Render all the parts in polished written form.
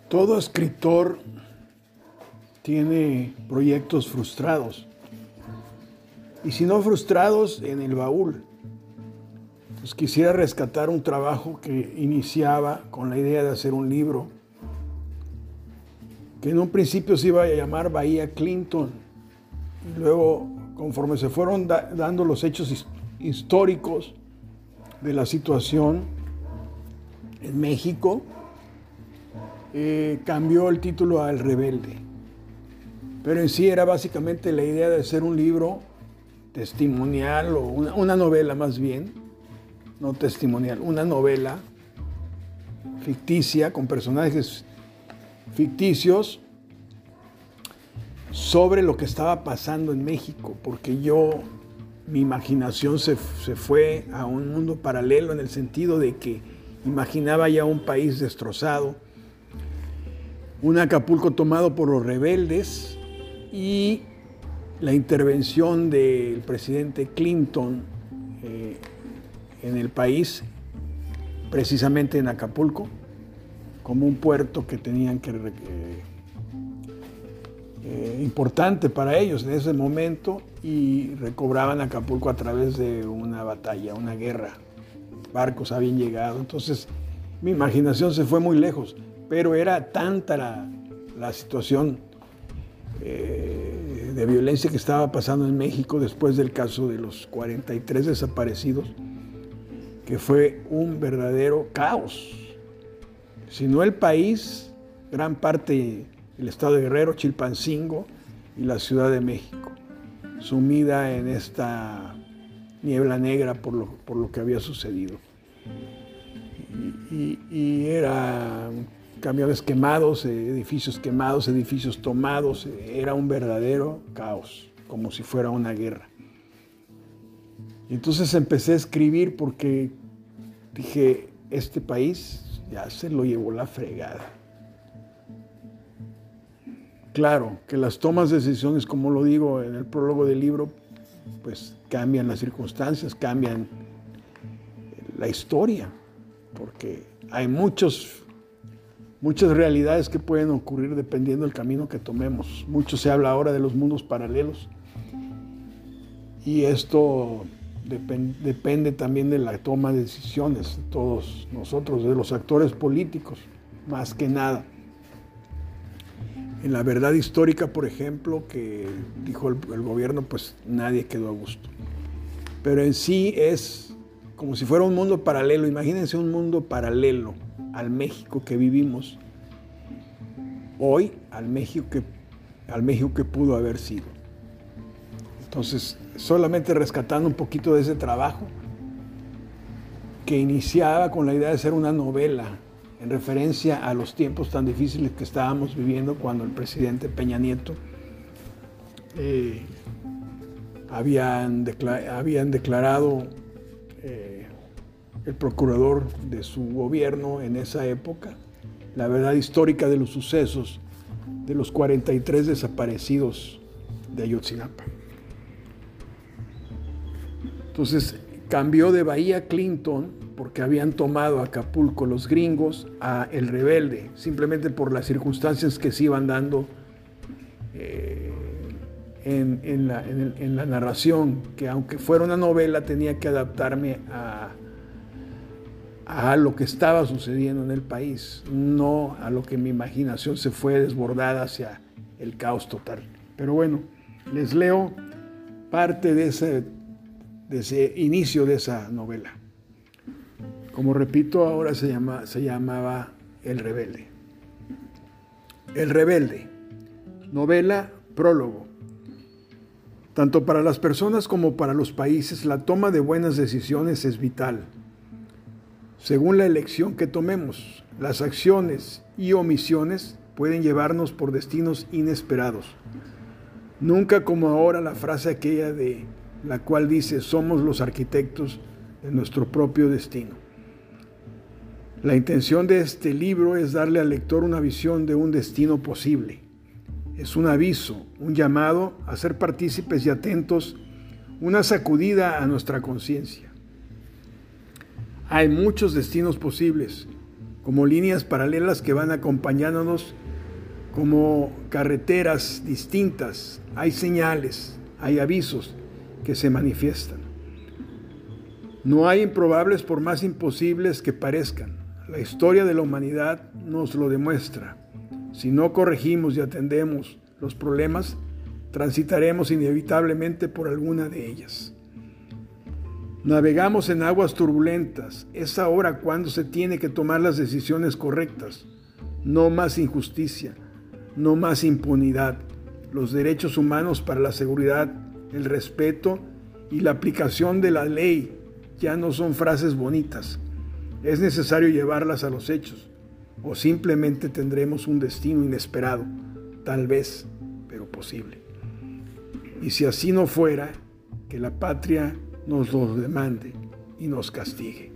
Todo escritor tiene proyectos frustrados, y si no frustrados, en el baúl. Pues quisiera rescatar un trabajo que iniciaba con la idea de hacer un libro, que en un principio se iba a llamar Bahía Clinton, y luego, conforme se fueron dando los hechos históricos de la situación en México, cambió el título a El Rebelde. Pero en sí era básicamente la idea de hacer un libro testimonial, o una novela más bien, no testimonial, una novela ficticia con personajes ficticios sobre lo que estaba pasando en México, porque mi imaginación se fue a un mundo paralelo, en el sentido de que imaginaba ya un país destrozado, un Acapulco tomado por los rebeldes y la intervención del presidente Clinton en el país, precisamente en Acapulco, como un puerto que tenían que importante para ellos en ese momento, y recobraban Acapulco a través de una batalla, una guerra. Barcos habían llegado, entonces mi imaginación se fue muy lejos, pero era tanta la situación de violencia que estaba pasando en México después del caso de los 43 desaparecidos, que fue un verdadero caos. Si no el país, gran parte del estado de Guerrero, Chilpancingo y la Ciudad de México, sumida en esta niebla negra por lo que había sucedido. Y era camiones quemados, edificios tomados, era un verdadero caos, como si fuera una guerra. Y entonces empecé a escribir porque dije, este país ya se lo llevó la fregada. Claro, que las tomas de decisiones, como lo digo en el prólogo del libro, pues cambian las circunstancias, cambian la historia, porque hay muchas realidades que pueden ocurrir dependiendo del camino que tomemos. Mucho se habla ahora de los mundos paralelos, y esto depende también de la toma de decisiones de todos nosotros, de los actores políticos, más que nada. En la verdad histórica, por ejemplo, que dijo el gobierno, pues nadie quedó a gusto. Pero en sí es como si fuera un mundo paralelo. Imagínense un mundo paralelo al México que vivimos hoy, al México que pudo haber sido. Entonces, solamente rescatando un poquito de ese trabajo, que iniciaba con la idea de hacer una novela en referencia a los tiempos tan difíciles que estábamos viviendo cuando el presidente Peña Nieto habían declarado el procurador de su gobierno en esa época la verdad histórica de los sucesos de los 43 desaparecidos de Ayotzinapa. Entonces cambió de Bahía Clinton, porque habían tomado Acapulco los gringos, a El Rebelde, simplemente por las circunstancias que se iban dando en la narración, que aunque fuera una novela tenía que adaptarme a lo que estaba sucediendo en el país, no a lo que mi imaginación se fue desbordada hacia el caos total. Pero bueno, les leo parte de ese inicio de esa novela. Como repito, ahora se llamaba El Rebelde. El Rebelde, novela, prólogo. Tanto para las personas como para los países, la toma de buenas decisiones es vital. Según la elección que tomemos, las acciones y omisiones pueden llevarnos por destinos inesperados. Nunca como ahora la frase aquella de la cual dice: somos los arquitectos de nuestro propio destino. La intención de este libro es darle al lector una visión de un destino posible. Es un aviso, un llamado a ser partícipes y atentos, una sacudida a nuestra conciencia. Hay muchos destinos posibles, como líneas paralelas que van acompañándonos, como carreteras distintas. Hay señales, hay avisos que se manifiestan. No hay improbables por más imposibles que parezcan. La historia de la humanidad nos lo demuestra. Si no corregimos y atendemos los problemas, transitaremos inevitablemente por alguna de ellas. Navegamos en aguas turbulentas. Es ahora cuando se tiene que tomar las decisiones correctas. No más injusticia, no más impunidad. Los derechos humanos para la seguridad, el respeto y la aplicación de la ley ya no son frases bonitas. Es necesario llevarlas a los hechos, o simplemente tendremos un destino inesperado, tal vez, pero posible. Y si así no fuera, que la patria nos lo demande y nos castigue.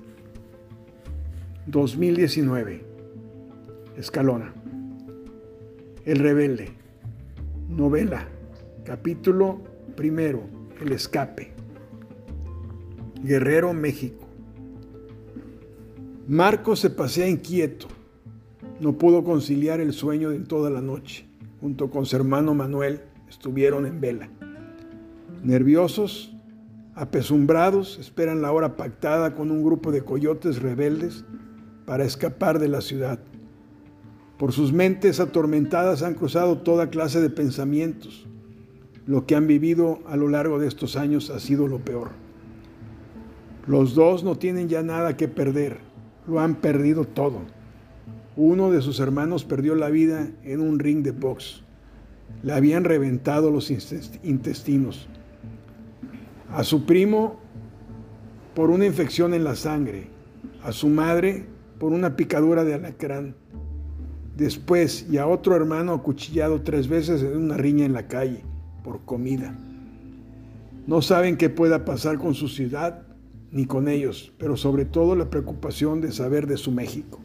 2019. Escalona. El rebelde. Novela. Capítulo 1. El escape. Guerrero, México. Marcos se pasea inquieto. No pudo conciliar el sueño de toda la noche. Junto con su hermano Manuel estuvieron en vela. Nerviosos, apesumbrados, esperan la hora pactada con un grupo de coyotes rebeldes para escapar de la ciudad. Por sus mentes atormentadas han cruzado toda clase de pensamientos. Lo que han vivido a lo largo de estos años ha sido lo peor. Los dos no tienen ya nada que perder, lo han perdido todo. Uno de sus hermanos perdió la vida en un ring de box. Le habían reventado los intestinos. A su primo por una infección en la sangre, a su madre por una picadura de alacrán. Después, y a otro hermano acuchillado 3 veces en una riña en la calle, por comida. No saben qué pueda pasar con su ciudad, ni con ellos, pero sobre todo la preocupación de saber de su México.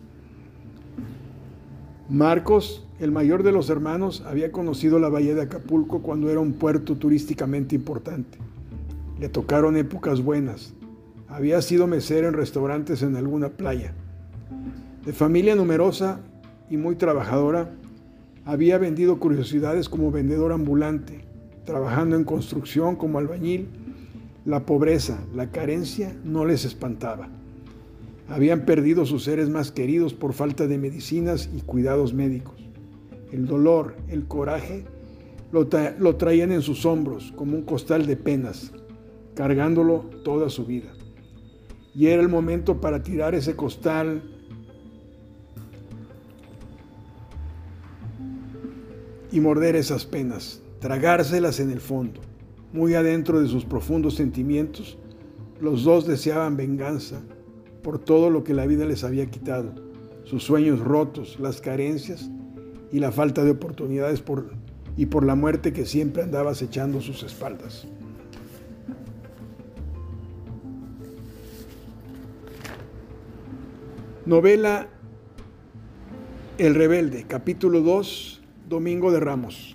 Marcos, el mayor de los hermanos, había conocido la bahía de Acapulco cuando era un puerto turísticamente importante. Le tocaron épocas buenas. Había sido mesero en restaurantes en alguna playa. De familia numerosa y muy trabajadora, había vendido curiosidades como vendedor ambulante, trabajando en construcción como albañil. La pobreza, la carencia no les espantaba. Habían perdido sus seres más queridos por falta de medicinas y cuidados médicos. El dolor, el coraje, lo traían en sus hombros como un costal de penas, cargándolo toda su vida. Y era el momento para tirar ese costal y morder esas penas, tragárselas en el fondo. Muy adentro de sus profundos sentimientos, los dos deseaban venganza por todo lo que la vida les había quitado, sus sueños rotos, las carencias y la falta de oportunidades y por la muerte que siempre andaba acechando sus espaldas. Novela El rebelde, capítulo 2, Domingo de Ramos.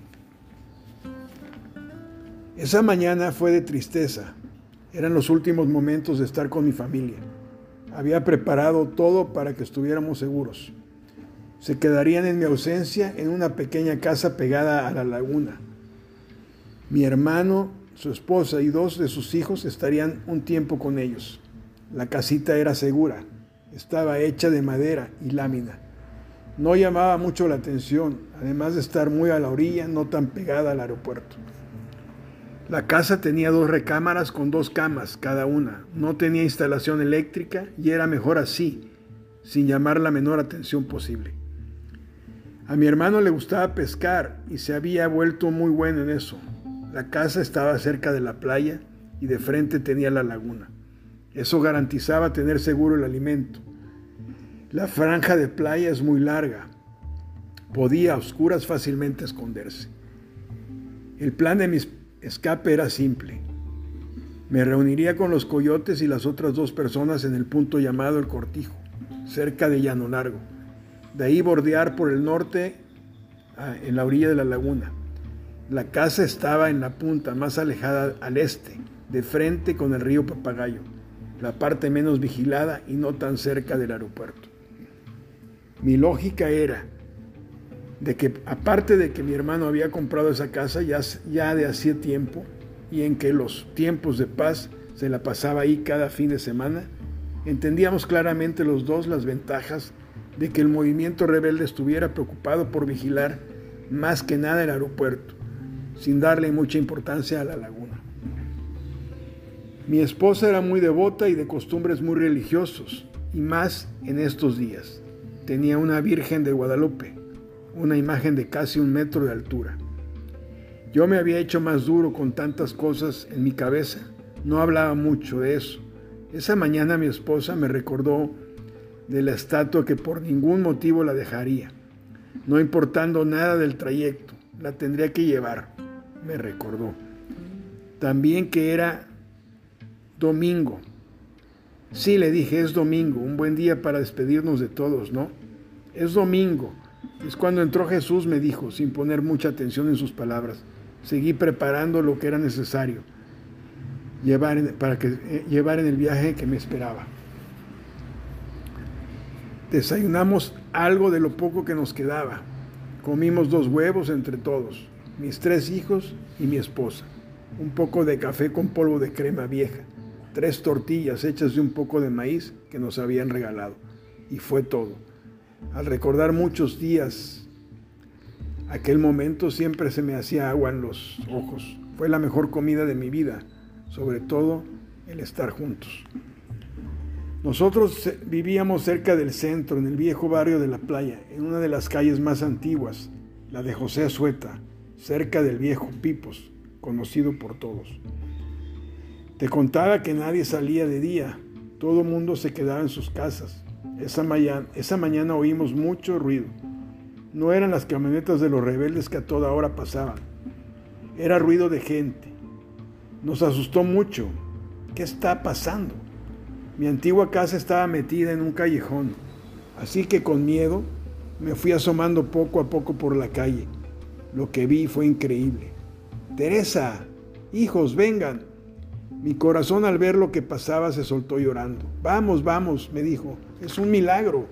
Esa mañana fue de tristeza. Eran los últimos momentos de estar con mi familia. Había preparado todo para que estuviéramos seguros. Se quedarían en mi ausencia en una pequeña casa pegada a la laguna. Mi hermano, su esposa y 2 de sus hijos estarían un tiempo con ellos. La casita era segura. Estaba hecha de madera y lámina. No llamaba mucho la atención, además de estar muy a la orilla, no tan pegada al aeropuerto. La casa tenía 2 recámaras con 2 camas cada una. No tenía instalación eléctrica y era mejor así, sin llamar la menor atención posible. A mi hermano le gustaba pescar y se había vuelto muy bueno en eso. La casa estaba cerca de la playa y de frente tenía la laguna. Eso garantizaba tener seguro el alimento. La franja de playa es muy larga. Podía a oscuras fácilmente esconderse. El plan de mi escape era simple. Me reuniría con los coyotes y las otras 2 personas en el punto llamado El Cortijo, cerca de Llano Largo. De ahí bordear por el norte en la orilla de la laguna. La casa estaba en la punta más alejada al este, de frente con el río Papagayo, la parte menos vigilada y no tan cerca del aeropuerto. Mi lógica era de que, aparte de que mi hermano había comprado esa casa ya de hacía tiempo, y en que los tiempos de paz se la pasaba ahí cada fin de semana, entendíamos claramente los dos las ventajas de que el movimiento rebelde estuviera preocupado por vigilar más que nada el aeropuerto, sin darle mucha importancia a la laguna. Mi esposa era muy devota y de costumbres muy religiosos, y más en estos días. Tenía una Virgen de Guadalupe, una imagen de casi 1 metro de altura. Yo me había hecho más duro con tantas cosas en mi cabeza, no hablaba mucho de eso. Esa mañana mi esposa me recordó de la estatua que por ningún motivo la dejaría, no importando nada del trayecto, la tendría que llevar, me recordó. También que era domingo. Sí, le dije, es domingo, un buen día para despedirnos de todos, ¿no? Es domingo. Es cuando entró Jesús, me dijo, sin poner mucha atención en sus palabras. Seguí preparando lo que era necesario llevar en el viaje que me esperaba. Desayunamos algo de lo poco que nos quedaba. Comimos 2 huevos entre todos, mis 3 hijos y mi esposa. Un poco de café con polvo de crema vieja. 3 tortillas hechas de un poco de maíz que nos habían regalado. Y fue todo. Al recordar muchos días, aquel momento siempre se me hacía agua en los ojos. Fue la mejor comida de mi vida, sobre todo el estar juntos. Nosotros vivíamos cerca del centro, en el viejo barrio de la Playa, en una de las calles más antiguas, la de José Azueta, cerca del viejo Pipos, conocido por todos. Te contaba que nadie salía de día, todo el mundo se quedaba en sus casas. Esa mañana oímos mucho ruido. No eran las camionetas de los rebeldes que a toda hora pasaban. Era ruido de gente. Nos asustó mucho. ¿Qué está pasando? Mi antigua casa estaba metida en un callejón, así que con miedo me fui asomando poco a poco por la calle. Lo que vi fue increíble. Teresa, hijos, vengan. Mi corazón al ver lo que pasaba se soltó llorando. Vamos, vamos, me dijo, es un milagro.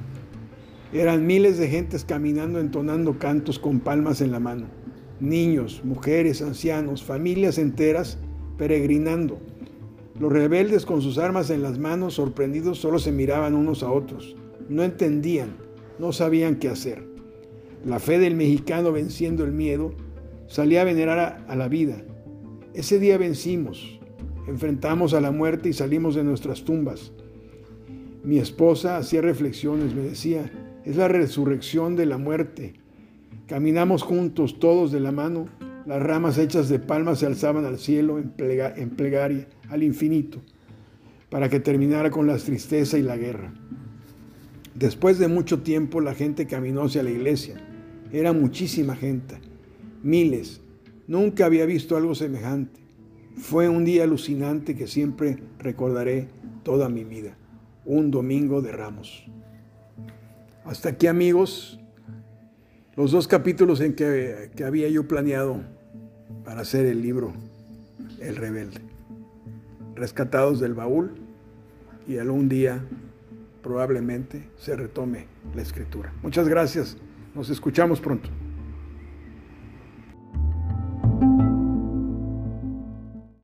Eran miles de gentes caminando entonando cantos con palmas en la mano. Niños, mujeres, ancianos, familias enteras peregrinando. Los rebeldes con sus armas en las manos, sorprendidos, solo se miraban unos a otros. No entendían, no sabían qué hacer. La fe del mexicano venciendo el miedo salía a venerar a la vida. Ese día vencimos, enfrentamos a la muerte y salimos de nuestras tumbas. Mi esposa hacía reflexiones, me decía, es la resurrección de la muerte. Caminamos juntos, todos de la mano, las ramas hechas de palmas se alzaban al cielo en plegaria, al infinito, para que terminara con la tristeza y la guerra. Después de mucho tiempo la gente caminó hacia la iglesia. Era muchísima gente, miles. Nunca había visto algo semejante. Fue un día alucinante que siempre recordaré toda mi vida. Un domingo de Ramos. Hasta aquí, amigos, los 2 capítulos en que había yo planeado para hacer el libro El Rebelde. Rescatados del baúl, y algún día probablemente se retome la escritura. Muchas gracias. Nos escuchamos pronto.